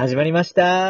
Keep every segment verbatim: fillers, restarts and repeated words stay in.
始まりました。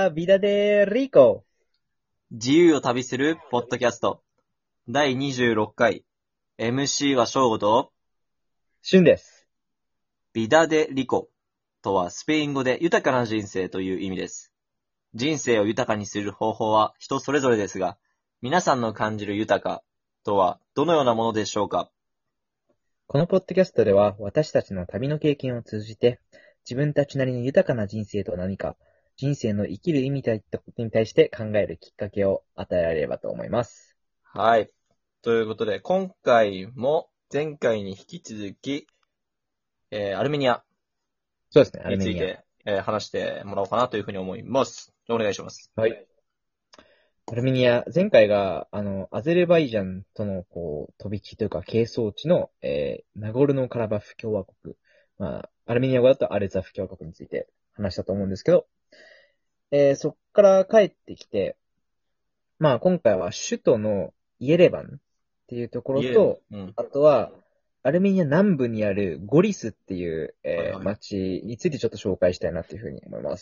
ビダデリコ。 自由を旅するポッドキャスト。だいにじゅうろっかい。エムシー はショーゴと、 シュンです。 ビダデリコとはスペイン語で豊かな人生という意味です。人生を豊かにする方法は人それぞれですが、皆さんの感じる豊かとはどのようなものでしょうか？ このポッドキャストでは私たちの旅の経験を通じて自分たちなりの豊かな人生とは何か、人生の生きる意味といったことに対して考えるきっかけを与えられればと思います。 はい。ということで、今回も前回に引き続き、えーアルメニアそうですね、アルについメニア。 てえー話してもらおうかなというふうに思います。お願いします。 はい。アルメニア、前回が、あの、アゼルバイジャンとの、こう、飛び地というか、係争地の、えー、ナゴルノカラバフ共和国。まあ、アルメニア語だとアルザフ共和国について話したと思うんですけど、えー、そっから帰ってきて、まあ、今回は首都のイエレバンっていうところイエレバンと、 うん。 あとは、アルメニア南部にあるゴリスっていう、えー、 はいはい。 町についてちょっと紹介したいなというふうに思います。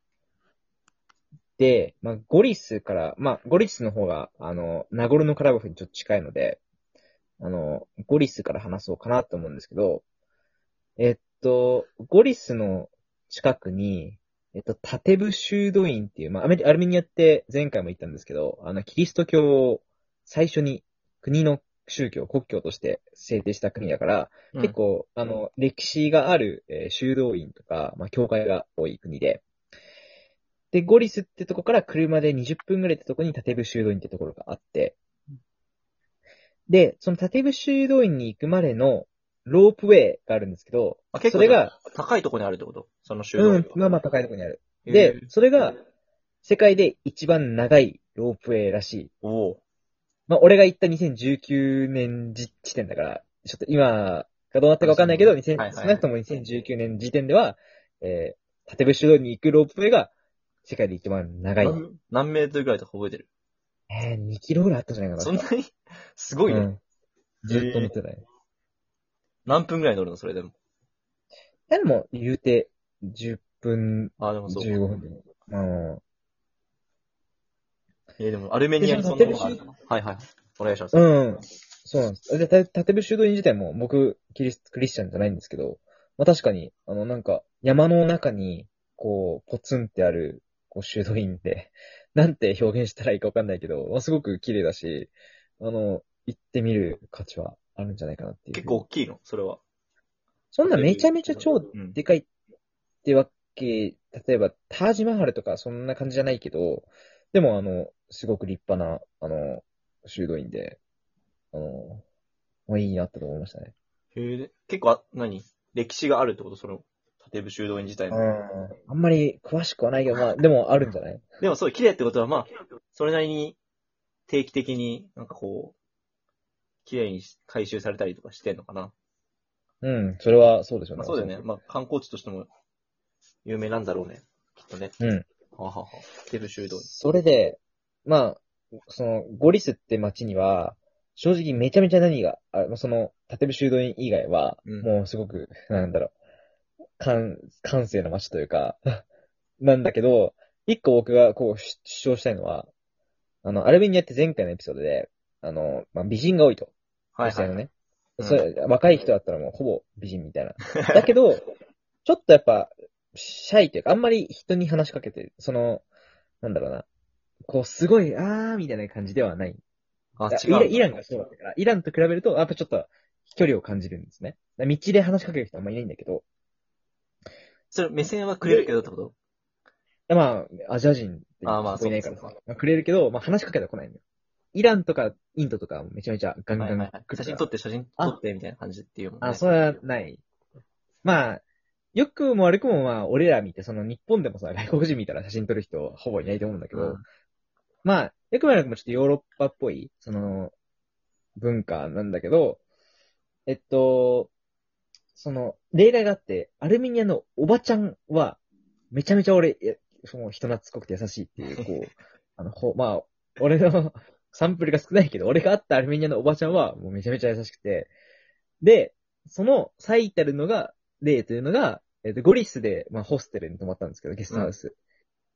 で、まあ、ゴリスから、まあ、ゴリスの方が、あの、ナゴルノカラバフにちょっと近いので、あの、ゴリスから話そうかなと思うんですけど、えっと、ゴリスの近くに、えっと、タテブ修道院っていう、まあ、アメリ、アルメニアって前回も言ったんですけど、あの、キリスト教を最初に国の宗教、国教として制定した国だから、 うん。 結構、あの、歴史がある、えー修道院とか、まあ、教会が多い国で、で、ゴリスってとこから車でにじゅっぷんぐらいってとこにタテブ修道院ってところがあって、で、そのタテブ修道院に行くまでのロープウェイがあるんですけど、 あ、結構じゃあ、 それが、 高いところにあるってことその修道うん、 院は。 まあまあ高いところにある。 へで、 え。 それが世界で一番長いロープウェイらしい。 おお。 まあ俺が行ったにせんじゅうきゅうねん時時点だから、ちょっと今がどうなったかわかんないけど、にせんはいはい。 少なくともにせんじゅうきゅうねん時点では、えー、タテブ修道院に行くロープウェイが世界で一番長い。 何、何メートルぐらいとか覚えてる？ えー、にキロぐらいあったんじゃないかな、確か。 そんなにすごいね。 うん。ずっとへえ。 乗ってたね。 何分ぐらい乗るのそれでも。 いやでも、言うて、じゅっぷん、 あ、でもそう 15 か。 分でも。うん。 えー、でも、アルメで、 ニアにそのそんなものがあるタテブ修、 んだ。はいはい。お願いします。 うん。そうなんです。で、タタテブ修道院自体も僕、キリス、クリスチャンじゃないんですけど、まあ確かに、あの、なんか、山の中に、こう、ポツンってある、こう、修道院って、なんて表現したらいいかわかんないけど、まあすごく綺麗だし、あの、行ってみる価値はあるんじゃないかなっていう結ふうに。 構大きいのそれは。 そんなめちゃめちゃ超うん。 でかいってわけ、例えば、タージマハルとかそんな感じじゃないけど、でもあの、すごく立派な、あの、修道院で、あの、まあいいなって思いましたね。 へえ。結構あ、何歴史があるってことその、タテブ修道院自体うん。 も。 あんまり詳しくはないけど、まあ、でもあるんじゃない？ でもそう、綺麗ってことは、まあ、それなりに定期的になんかこう、綺麗に回収されたりとかしてんのかな。 うん、それはそうでしょうね、 まあそうだよね。 おそらく。 まあ観光地としても有名なんだろうね。きっとね。 うん。 ははは。テブ修道院。 それで、まあ、その、ゴリスって街には、正直めちゃめちゃ何が、あその、タテブ修道院以外は、 うん。 もうすごく、なんだろう、感、感性の街というか、なんだけど、一個僕がこう主主張したいのは、あの、アルメニアって前回のエピソードで、あの、まあ、美人が多いと。 はいはいはい。 女性のね。 うん。 それ、若い人だったらもうほぼ美人みたいな。だけど、ちょっとやっぱ、シャイというか、あんまり人に話しかけて、その、なんだろうな。こう、すごい、あーみたいな感じではない。 あ、 だ違うんだ。 イランイランがそうだったから、イランと比べると、やっぱちょっと距離を感じるんですね。だ道で話しかける人あんまりいないんだけど、 それ目線はくれるけで、 どってことまあ、アジア人ってああ、まあほぼいないからさ、 そうかそうか。 まあ、くれるけど、まあ話しかけたら来ないんだよ。イランとかインドとかめちゃめちゃガンガンはいはいはい。 来るから。 写真撮って写真撮っあ、 てみたいな感じっていうもんあ、 ね。 それはない。まあ、良くも悪くもまあ、俺ら見て、その日本でもさ、外国人見たら写真撮る人ほぼいないと思うんだけど、 うん。 まあ、良くも悪くもちょっとヨーロッパっぽい、その、文化なんだけど、えっと、その、例外があって、アルメニアのおばちゃんは、めちゃめちゃ俺、えその人懐っこくて優しいっていう、こう、あの、ほ、まあ、俺のサンプルが少ないけど、俺が会ったアルメニアのおばちゃんは、もうめちゃめちゃ優しくて、で、その最たるのが、例というのが、えっと、ゴリスで、まあ、ホステルに泊まったんですけど、ゲスうん。 トハウス。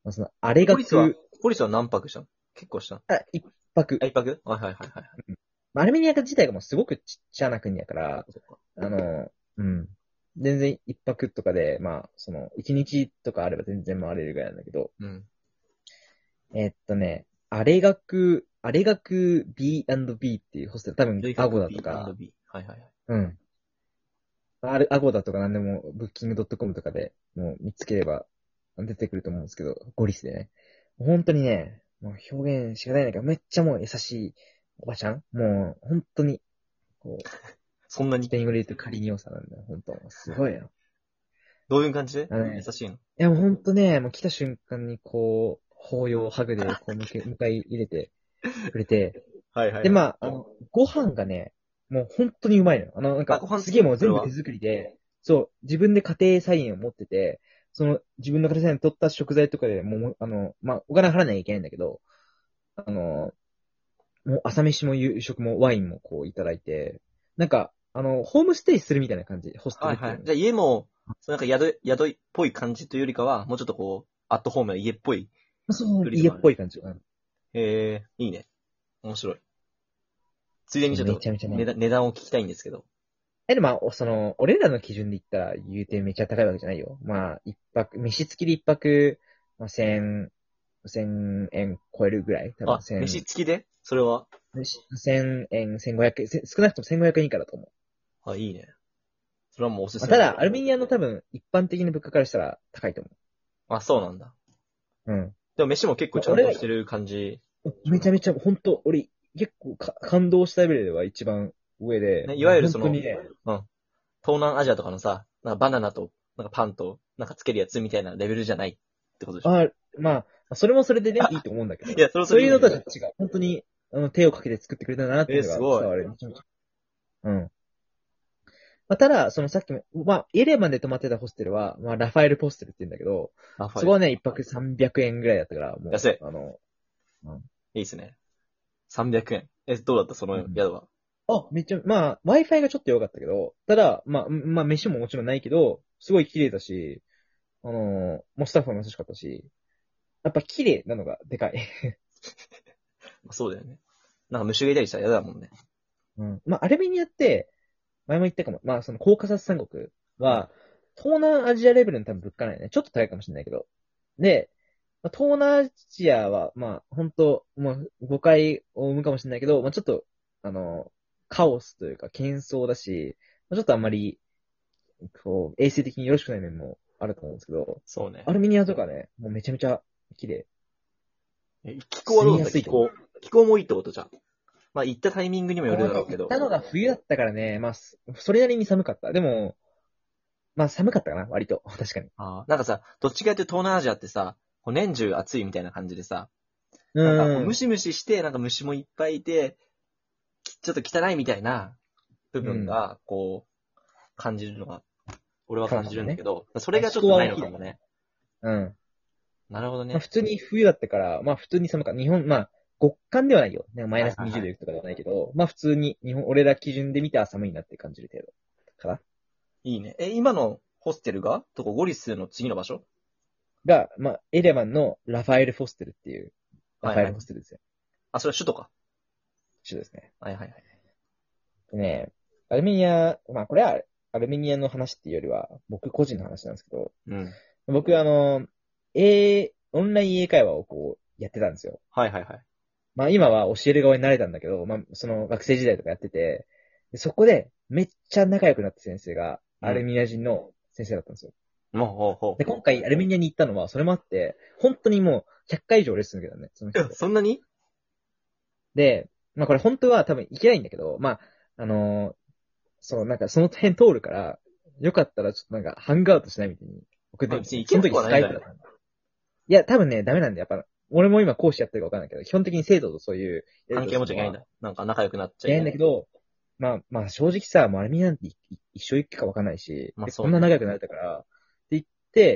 まあ、その、あれがゴリスはく、、 ゴリスは何泊したの？結構したの？ あ、一泊。 あ、一泊？はいはいはいはい。 まあアルメニア自体がもうすごくちっちゃな国やから、 そっか。 あの、うん。全然一泊とかで、まあ、その、一日とかあれば全然回れるぐらいなんだけど、 うん。 えっとね、あれがく、あれがく ビーアンドビー っていうホステル、多分、 旅客アゴダとビーアンドビー。 か、 はいはいはい。 うん。あれ、アゴダとかなんでも、ブッキングドットコムとかでもう見つければ出てくると思うんですけど、ゴリスでね。本当にね、もう表現しがたいんだけど、めっちゃもう優しいおばちゃんもう、本当に、こう、スそんなにペイン語で言うとカリニオサなんだよ、本当。すごいよ。 どういう感じであのね、 優しいの？ いやもう本当ね、もう来た瞬間にこう、抱擁、ハグで、こう、迎え、迎え入れてくれて、で、 はいはいはい。 まあ、あの、ご飯がね、もう本当にうまいのよ。あの、なんあ、 か、 ご飯付すげえもうきそれは。 全部手作りで、そう、自分で家庭菜園を持ってて、その、自分の家庭菜園で取った食材とかでもうもう、あの、まあ、お金払わなきゃいけないんだけど、あの、もう朝飯も夕食もワインもこういただいて、なんか、あの、ホームステイするみたいな感じ、ホステルっていうの。 はいはい。じゃあ家も、そうなんか宿、宿っぽい感じというよりかは、もうちょっとこう、アットホームな家っぽいそう、家作りでもある。 っぽい感じ。うんへえ、いいね。面白い。ついでそう、めにちょっとちゃめちゃね。 値段、値段を聞きたいんですけど。 え、でもまあ、その、俺らの基準で言ったら言うてめっちゃ高いわけじゃないよ。まあ、一泊、飯付きで一泊、まあ、千、千円超えるぐらい多分あ、飯千、 付きでそれは？ 千円、千五百円、せ少なくとも千五百円以下だと思う。 あ、いいね。それはもうおすまあ、 すめだ。 ただ、アルメニアの多分、一般的な物価からしたら高いと思あ、そうなんだ。 う。うん。 でも飯も結構ちゃんまあ俺が、 としてる感じ。 めちゃめちゃ、本当俺、結構か感動したレベルでは一番上で、 ね、いもうわゆるその、 本当にね、 うん。東南アジアとかのさ、なんかバナナと、なんかパンと、なんかつけるやつみたいなレベルじゃないってことでしょ？ あ、まあ、それもそれでね、いいと思うんだけど、 いや、それはそそういうのとれいいんだけど。 はちょっと違う。本当に、あの、手をかけて作ってくれたんだなってえー、 いうのすごい。 が伝わる。めちゃめちゃうん。まあ、ただ、そのさっきも、まあ、エレマンで泊まってたホステルは、まあ、ラファエルポステルって言うんだけど、 ラファエル。 そこはね、一泊さんびゃくえんぐらいだったから、もう、 安い。 あの、うん。 いいっすね。さんびゃくえん。え、どうだったそのうん宿は？ あ、めっちゃ、まあ、Wi-Fi がちょっと良かったけど、ただ、まあ、まあ、飯ももちろんないけど、すごい綺麗だし、あのもうスタッフも優しかったし、やっぱ綺麗なのがでかい。 まあ、そうだよね。なんか虫がいたりしたら嫌だもんね。 うん。まあ、アルメニアって、前も言ったかも。まあ、その、コーカサス三国うん。 は、東南アジアレベルの多分物価ないね。ちょっと高いかもしれないけど。で、まあ東南アジアは、まあ、本当まあ、誤解を生むかもしれないけど、まあ、ちょっと、あの、カオスというか、喧騒だし、まあ、ちょっとあんまり、こう、衛生的によろしくない面もあると思うんですけど、 そうね。 アルメニアとかね、もうめちゃめちゃ綺麗。 え気候は住どうみやすいと思う。 だった気候。気候もいいってことじゃん。まあ行ったタイミングにもよここはね、 るだろうけど。 行ったのが冬だったからね、まあ、すそれなりに寒かった。でも、まあ寒かったかな、割と。確かに。 ああ。なんかさ、どっちかっていうと東南アジアってさ、こう年中暑いみたいな感じでさ、 うなんかこうーん。 ムシムシして、なんか虫もいっぱいいて、きちょっと汚いみたいな部うん。 分が、こう、感じるのが、俺は感じかもしれないね。 るんだけど、それがちょっとないのかもね。 うん。まあなるほどね。 普通に冬だったから、まあ普通に寒かった。日本、まあ極寒ではないよ。ね、マイナスにじゅうはいはいはい。 どいくとかではないけど、まあ普通に日本、俺ら基準で見たら寒いなって感じる程度。かないいね。え、今のホステルがどこ？ゴリスの次の場所？ が、まあエレマンのラファエル・フォステルっていう、ラファエはいはい。 ル・ホステルですよ。 あ、それは首都か。 一緒ですね。 はいはいはい。 でね、アルメニア、まあこれはアルメニアの話っていうよりは、僕個人の話なんですけど、 うん。 僕あの、英、オンライン英会話をこう、やってたんですよ。 はいはいはい。 まあ今は教える側になれたんだけど、まあその学生時代とかやってて、でそこでめっちゃ仲良くなった先生がうん。 アルメニア人の先生だったんですよ。 もうほうほで、今回アルメニアに行ったのはそれもあって、本当にもうひゃっかい以上レッスン受けたね、そのう。え、 人と。 そんなに？ で、まあこれ本当は多分行けないんだけど、まあ、あのーそう、なんかその辺通るから、よかったらちょっとなんかハングアウトしないみたいに送ってまあみてね。 別に行けなくその時はないんじゃないの？ スカイプだったんだ。いや、多分ね、ダメなんだよ。やっぱ、俺も今講師やってるかわかんないけど、基本的に生徒とそういうやり関とりするのは、 係持っちゃいけないんだ。なんか仲良くなっちゃいけないいけない。 んだけど、まあ、まあ正直さ、もうアルミなんていい一生行くかわかんないし、で、 まあそうね。 こんな仲良くなれたから、って言って、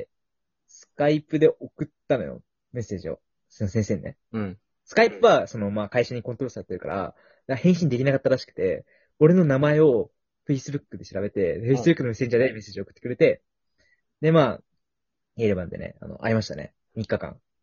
スカイプで送ったのよ。メッセージを。その先生にね。 うん。 スカイプは、その、まあ、会社にコントロールされてるから、だから返信できなかったらしくて、俺の名前を Facebook で調べて、 うん。 Facebook のメッセンジャーでメッセージを送ってくれて、で、まあ、エレバンでね、あの、会いましたね。みっかかん。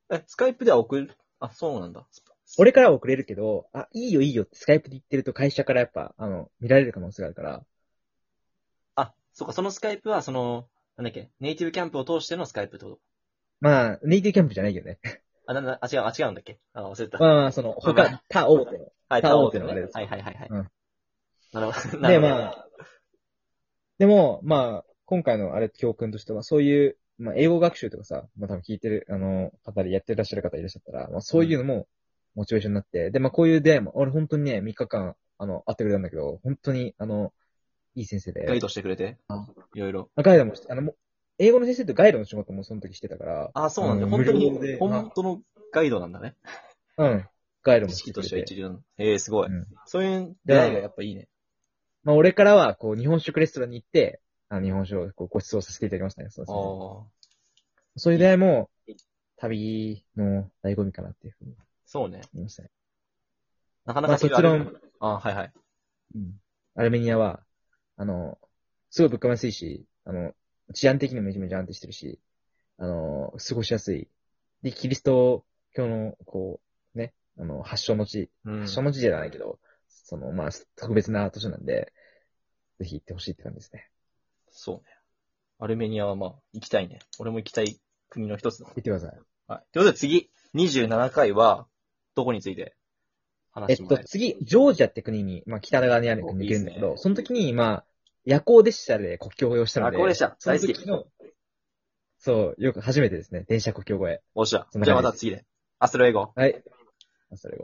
え、スカイプでは送る、あ、そうなんだ。 俺からは送れるけど、あ、いいよいいよってスカイプで言ってると会社からやっぱ、あの、見られる可能性があるから。 あ、そうか、そのスカイプは、その、なんだっけ、ネイティブキャンプを通してのスカイプってこと？ まあ、ネイティブキャンプじゃないけどね。 あ、な、な、あ、違う、あ、違うんだっけ？あ、忘れた。 まあまあ、その、 まあま他、他大手の。 はい、 他大手のねあれです。 はいはいはいはい。 うんなるほど。なで、 るほど。 まあ、でも、まあ、今回のあれ教訓としては、そういう、まあ、英語学習とかさ、まあ多分聞いてる、あの、方でやってらっしゃる方いらっしゃったら、まあそういうのも、モチベーションになって、で、まあこういう出会いも、俺本当にね、みっかかん、あの、会ってくれたんだけど、本当に、あの、いい先生で。 ガイドしてくれて、いろいろ。 ガイドもして、あの、もう英語の先生とガイドの仕事もその時してたから。 あ、そうなんだ。 あの本当に無料で、 本当のガイドなんだね。 まあうん。ガイドも知識としてくれて。 しては一流なの。ええすごい。 うん。 そういう出会いがやっぱいいね。 まあ俺からは、こう、日本食レストランに行って、あの日本酒をこうご馳走させていただきましたね。そうですね。 ああ。 そういう出会いも、旅の醍醐味かなっていうふうにそうね。 思いましたね。 なかなまあかそういうあれ卒論、 あはいはい。 うん。アルメニアは、あの、すごい物価も安いし、あの、治安的にもめちゃめちゃ安定してるし、あの、過ごしやすい。で、キリスト教の、こう、ね、あの、発祥の地、 うん発祥の地じゃないけど、その、まあ、特別な都市なんで、ぜひ行ってほしいって感じですね。 そうね。アルメニアはまあ、行きたいね。俺も行きたい国の一つだ。 行ってください。 はい。ということで次、にじゅうななかいは、どこについてえっと、 話してもらえる？ 次、ジョージアって国に、まあ、北側にある国に行けるんだけど、 いいっすねその時に、まあ、夜行列車で国境を越えをしたので、 夜行列車その大好き時の、そう、よく初めてですね、電車国境越え。 おっしゃ。 そんなじゃあ感じです。 また次で。アストロエゴ。 はい。それ